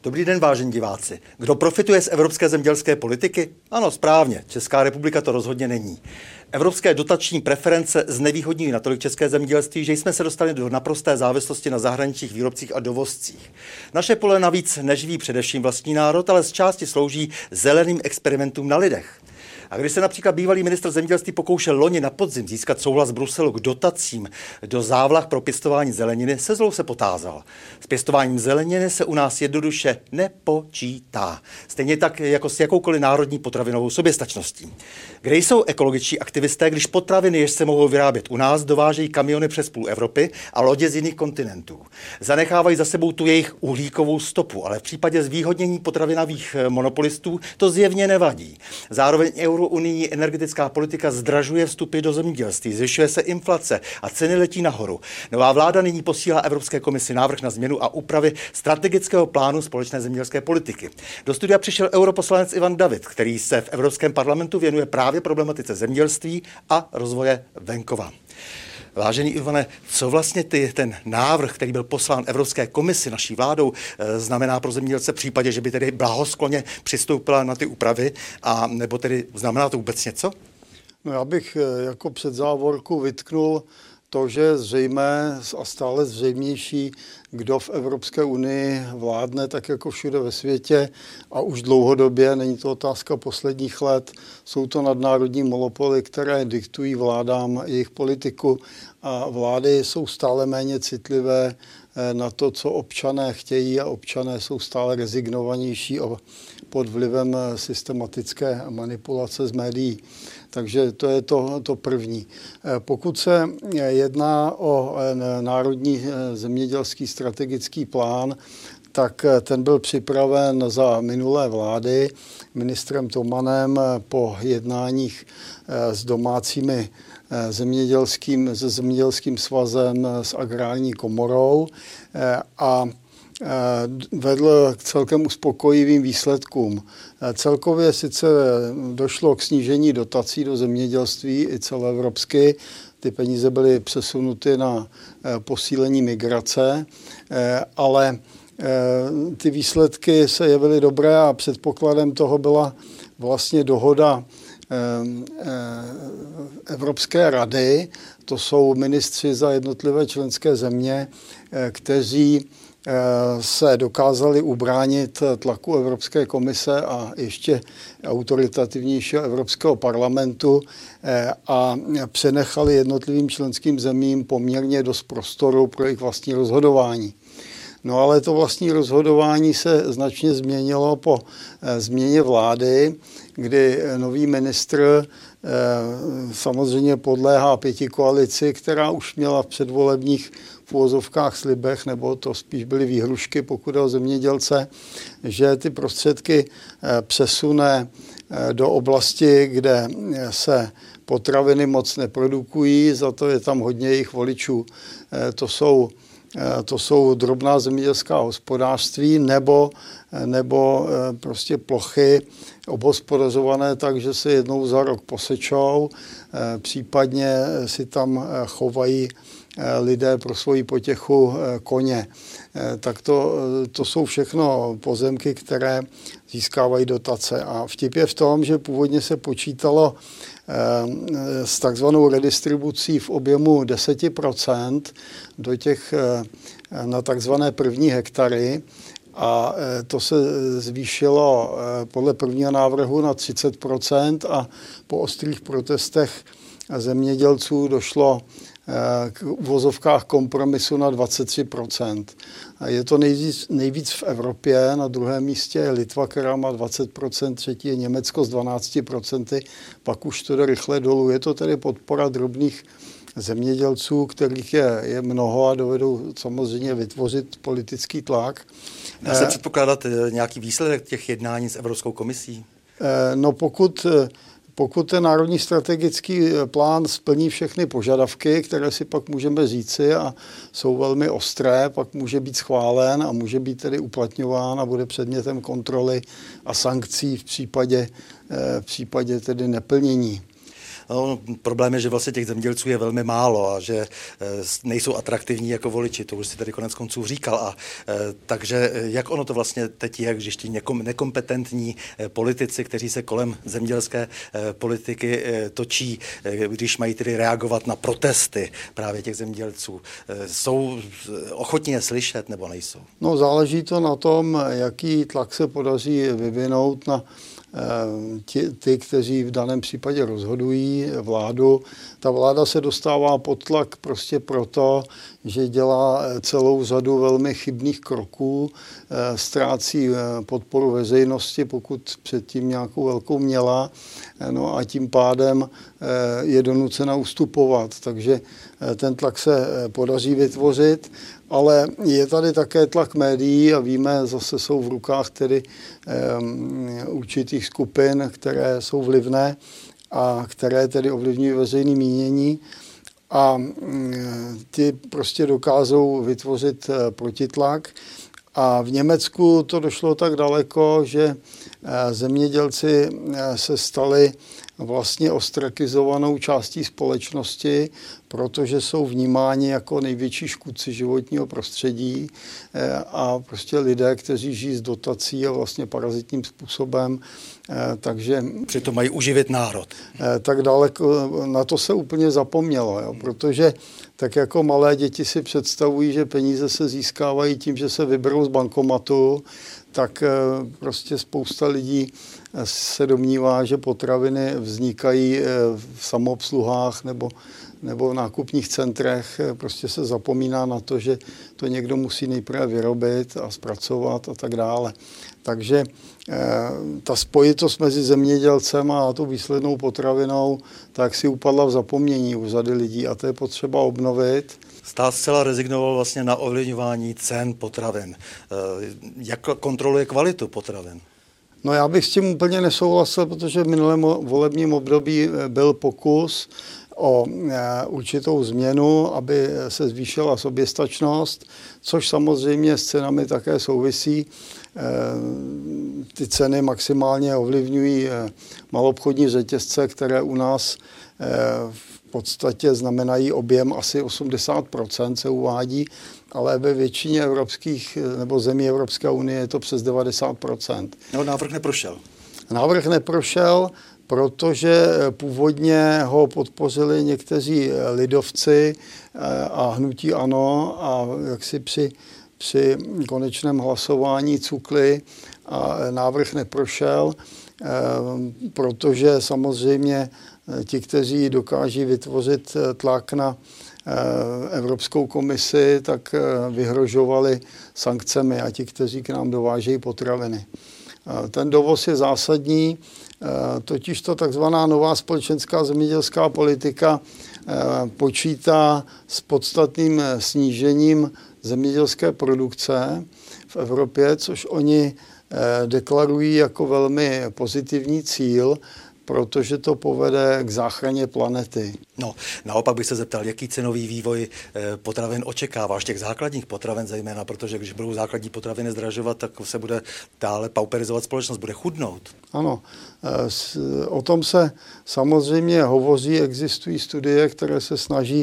Dobrý den, vážení diváci. Kdo profituje z evropské zemědělské politiky? Ano, správně. Česká republika to rozhodně není. Evropské dotační preference znevýhodňují natolik české zemědělství, že jsme se dostali do naprosté závislosti na zahraničních výrobcích a dovozcích. Naše pole navíc neživí především vlastní národ, ale z části slouží zeleným experimentům na lidech. A když se například bývalý ministr zemědělství pokoušel loni na podzim získat souhlas Bruselu k dotacím do závlah pro pěstování zeleniny, se zlou se potázal. S pěstováním zeleniny se u nás jednoduše nepočítá. Stejně tak jako s jakoukoliv národní potravinovou soběstačností. Kde jsou ekologičtí aktivisté, když potraviny, jež se mohou vyrábět u nás, dovážejí kamiony přes půl Evropy a lodě z jiných kontinentů. Zanechávají za sebou tu jejich uhlíkovou stopu, ale v případě zvýhodnění potravinových monopolistů to zjevně nevadí. Zároveň unijní energetická politika zdražuje vstupy do zemědělství, zvyšuje se inflace a ceny letí nahoru. Nová vláda nyní posílá Evropské komisi návrh na změnu a úpravy strategického plánu společné zemědělské politiky. Do studia přišel europoslanec Ivan David, který se v Evropském parlamentu věnuje právě problematice zemědělství a rozvoje venkova. Vážený Ivane, co vlastně ten návrh, který byl poslán Evropské komisi naší vládou, znamená pro zemědělce v případě, že by tedy blahoskloně přistoupila na ty úpravy, a nebo tedy znamená to vůbec něco? No, já bych jako předzávorku vytknul to, že je zřejmé a stále zřejmější, kdo v Evropské unii vládne, tak jako všude ve světě a už dlouhodobě, není to otázka posledních let, jsou to nadnárodní monopoly, které diktují vládám jejich politiku a vlády jsou stále méně citlivé na to, co občané chtějí a občané jsou stále rezignovanější pod vlivem systematické manipulace z médií. Takže to je to první. Pokud se jedná o národní zemědělský strategický plán, tak ten byl připraven za minulé vlády ministrem Tomanem po jednáních s domácími se zemědělským svazem, s agrární komorou a vedl k celkem uspokojivým výsledkům. Celkově sice došlo k snížení dotací do zemědělství i celoevropsky, ty peníze byly přesunuty na posílení migrace, ale ty výsledky se jevily dobré a předpokladem toho byla vlastně dohoda Evropské rady, to jsou ministři za jednotlivé členské země, kteří se dokázali ubránit tlaku Evropské komise a ještě autoritativnějšího Evropského parlamentu a přenechali jednotlivým členským zemím poměrně dost prostoru pro jejich vlastní rozhodování. No ale to vlastní rozhodování se značně změnilo po změně vlády, kdy nový ministr samozřejmě podléhá pětikoalici, která už měla v předvolebních v uvozovkách slibech, nebo to spíš byly výhrušky, pokud je o zemědělce, že ty prostředky přesune do oblasti, kde se potraviny moc neprodukují, za to je tam hodně jejich voličů. To jsou drobná zemědělská hospodářství nebo prostě plochy obhospodařované tak, že se jednou za rok posečou, případně si tam chovají lidé pro svoji potěchu koně. Tak to jsou všechno pozemky, které získávají dotace. A vtip je v tom, že původně se počítalo s takzvanou redistribucí v objemu 10% na takzvané první hektary a to se zvýšilo podle prvního návrhu na 30% a po ostrých protestech zemědělců došlo k uvozovkách kompromisu na 23%. Je to nejvíc v Evropě, na druhém místě je Litva, která má 20%, třetí je Německo s 12%, pak už to jde rychle dolů. Je to tedy podpora drobných zemědělců, kterých je mnoho a dovedou samozřejmě vytvořit politický tlak. Dá se předpokládat nějaký výsledek těch jednání s Evropskou komisí? No pokud ten národní strategický plán splní všechny požadavky, které si pak můžeme říci a jsou velmi ostré, pak může být schválen a může být tedy uplatňován a bude předmětem kontroly a sankcí v případě tedy neplnění. No, problém je, že vlastně těch zemědělců je velmi málo a že nejsou atraktivní jako voliči, to už si tady konec konců říkal. Takže jak ono to vlastně teď je, když ti nekompetentní politici, kteří se kolem zemědělské politiky točí, když mají tedy reagovat na protesty právě těch zemědělců, jsou ochotní je slyšet nebo nejsou? No, záleží to na tom, jaký tlak se podaří vyvinout na ty, kteří v daném případě rozhodují vládu. Ta vláda se dostává pod tlak prostě proto, že dělá celou řadu velmi chybných kroků, ztrácí podporu veřejnosti, pokud předtím nějakou velkou měla, no a tím pádem je donucena ustupovat. Takže ten tlak se podaří vytvořit, ale je tady také tlak médií a víme, zase jsou v rukách tedy určitých skupin, které jsou vlivné a které tedy ovlivňují veřejné mínění a ty prostě dokážou vytvořit protitlak. A v Německu to došlo tak daleko, že zemědělci se stali vlastně ostrakizovanou částí společnosti, protože jsou vnímáni jako největší škůdci životního prostředí a prostě lidé, kteří žijí z dotací a vlastně parazitním způsobem, takže... Přitom mají uživit národ. Tak daleko, na to se úplně zapomnělo, jo, protože tak jako malé děti si představují, že peníze se získávají tím, že se vyberou z bankomatu, tak prostě spousta lidí se domnívá, že potraviny vznikají v samoobsluhách nebo v nákupních centrech. Prostě se zapomíná na to, že to někdo musí nejprve vyrobit a zpracovat a tak dále. Takže ta spojitost mezi zemědělcem a tou výslednou potravinou tak si upadla v zapomnění u řady lidí a to je potřeba obnovit. Stát zcela rezignoval vlastně na ovlivňování cen potravin. Jak kontroluje kvalitu potravin? No já bych s tím úplně nesouhlasil, protože v minulém volebním období byl pokus o určitou změnu, aby se zvýšila soběstačnost, což samozřejmě s cenami také souvisí. Ty ceny maximálně ovlivňují maloobchodní řetězce, které u nás v podstatě znamenají objem asi 80%, se uvádí, ale ve většině evropských nebo zemí Evropské unie je to přes 90%. No, návrh neprošel. Návrh neprošel, protože původně ho podpořili někteří lidovci a hnutí ANO a jaksi při konečném hlasování cukli a návrh neprošel, protože samozřejmě ti, kteří dokáží vytvořit tlak na Evropskou komisi, tak vyhrožovali sankcemi a ti, kteří k nám dovážejí potraviny. Ten dovoz je zásadní, totiž to takzvaná nová společenská zemědělská politika počítá s podstatným snížením zemědělské produkce v Evropě, což oni deklarují jako velmi pozitivní cíl, protože to povede k záchraně planety. No, naopak bych se zeptal, jaký cenový vývoj potravin očekáváš, těch základních potravin zejména, protože když budou základní potraviny zdražovat, tak se bude dále pauperizovat společnost, bude chudnout. Ano, o tom se samozřejmě hovoří, existují studie, které se snaží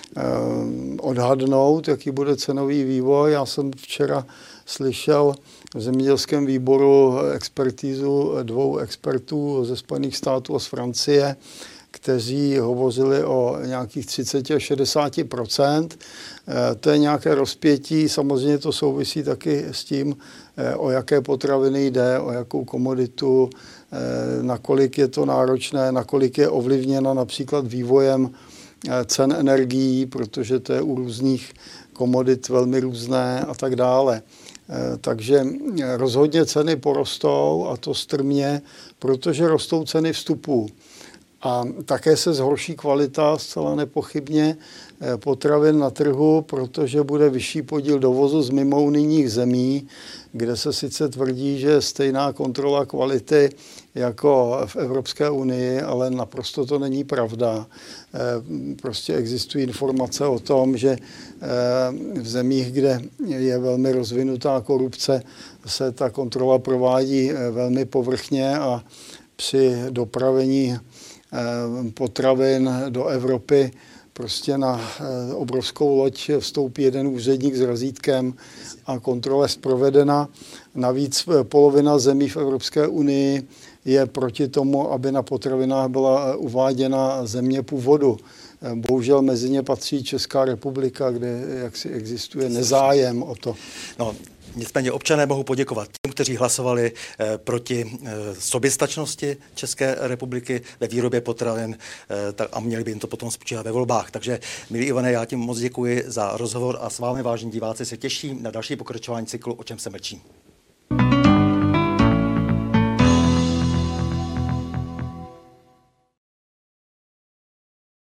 odhadnout, jaký bude cenový vývoj. Já jsem včera slyšel v zemědělském výboru expertízu 2 expertů ze Spojených států a z Francie, kteří hovořili o nějakých 30 až 60%. To je nějaké rozpětí, samozřejmě to souvisí taky s tím, o jaké potraviny jde, o jakou komoditu, nakolik je to náročné, nakolik je ovlivněna například vývojem cen energií, protože to je u různých komodit velmi různé a tak dále. Takže rozhodně ceny porostou a to strmě, protože rostou ceny vstupů. A také se zhorší kvalita zcela nepochybně potravin na trhu, protože bude vyšší podíl dovozu z mimounijních zemí, kde se sice tvrdí, že je stejná kontrola kvality jako v Evropské unii, ale naprosto to není pravda. Prostě existují informace o tom, že v zemích, kde je velmi rozvinutá korupce, se ta kontrola provádí velmi povrchně a při dopravení potravin do Evropy. Prostě na obrovskou loď vstoupí jeden úředník s razítkem a kontrola je provedena. Navíc polovina zemí v Evropské unii je proti tomu, aby na potravinách byla uváděna země původu. Bohužel mezi ně patří Česká republika, kde jaksi existuje nezájem o to. No, nicméně občané mohou poděkovat těm, kteří hlasovali proti soběstačnosti České republiky ve výrobě potravin a měli by jim to potom spočívat ve volbách. Takže, milí Ivane, já tím moc děkuji za rozhovor a s vámi, vážení diváci, se těším na další pokračování cyklu O čem se mlčí.